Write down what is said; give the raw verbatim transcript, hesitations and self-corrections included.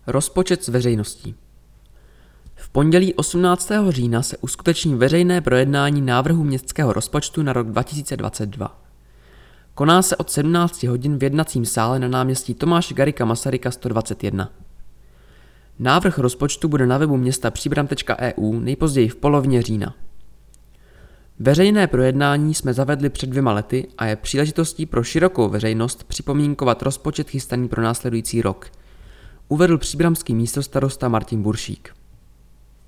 Rozpočet s veřejností. V pondělí osmnáctého října se uskuteční veřejné projednání návrhu městského rozpočtu na rok dva tisíce dvacet dva. Koná se od sedmnácti hodin v jednacím sále na náměstí Tomáše Garrigua Masaryka sto dvacet jedna. Návrh rozpočtu bude na webu města Příbram tečka e u nejpozději v polovině října. Veřejné projednání jsme zavedli před dvěma lety a je příležitostí pro širokou veřejnost připomínkovat rozpočet chystaný pro následující rok, uvedl příbramský místostarosta Martin Buršík.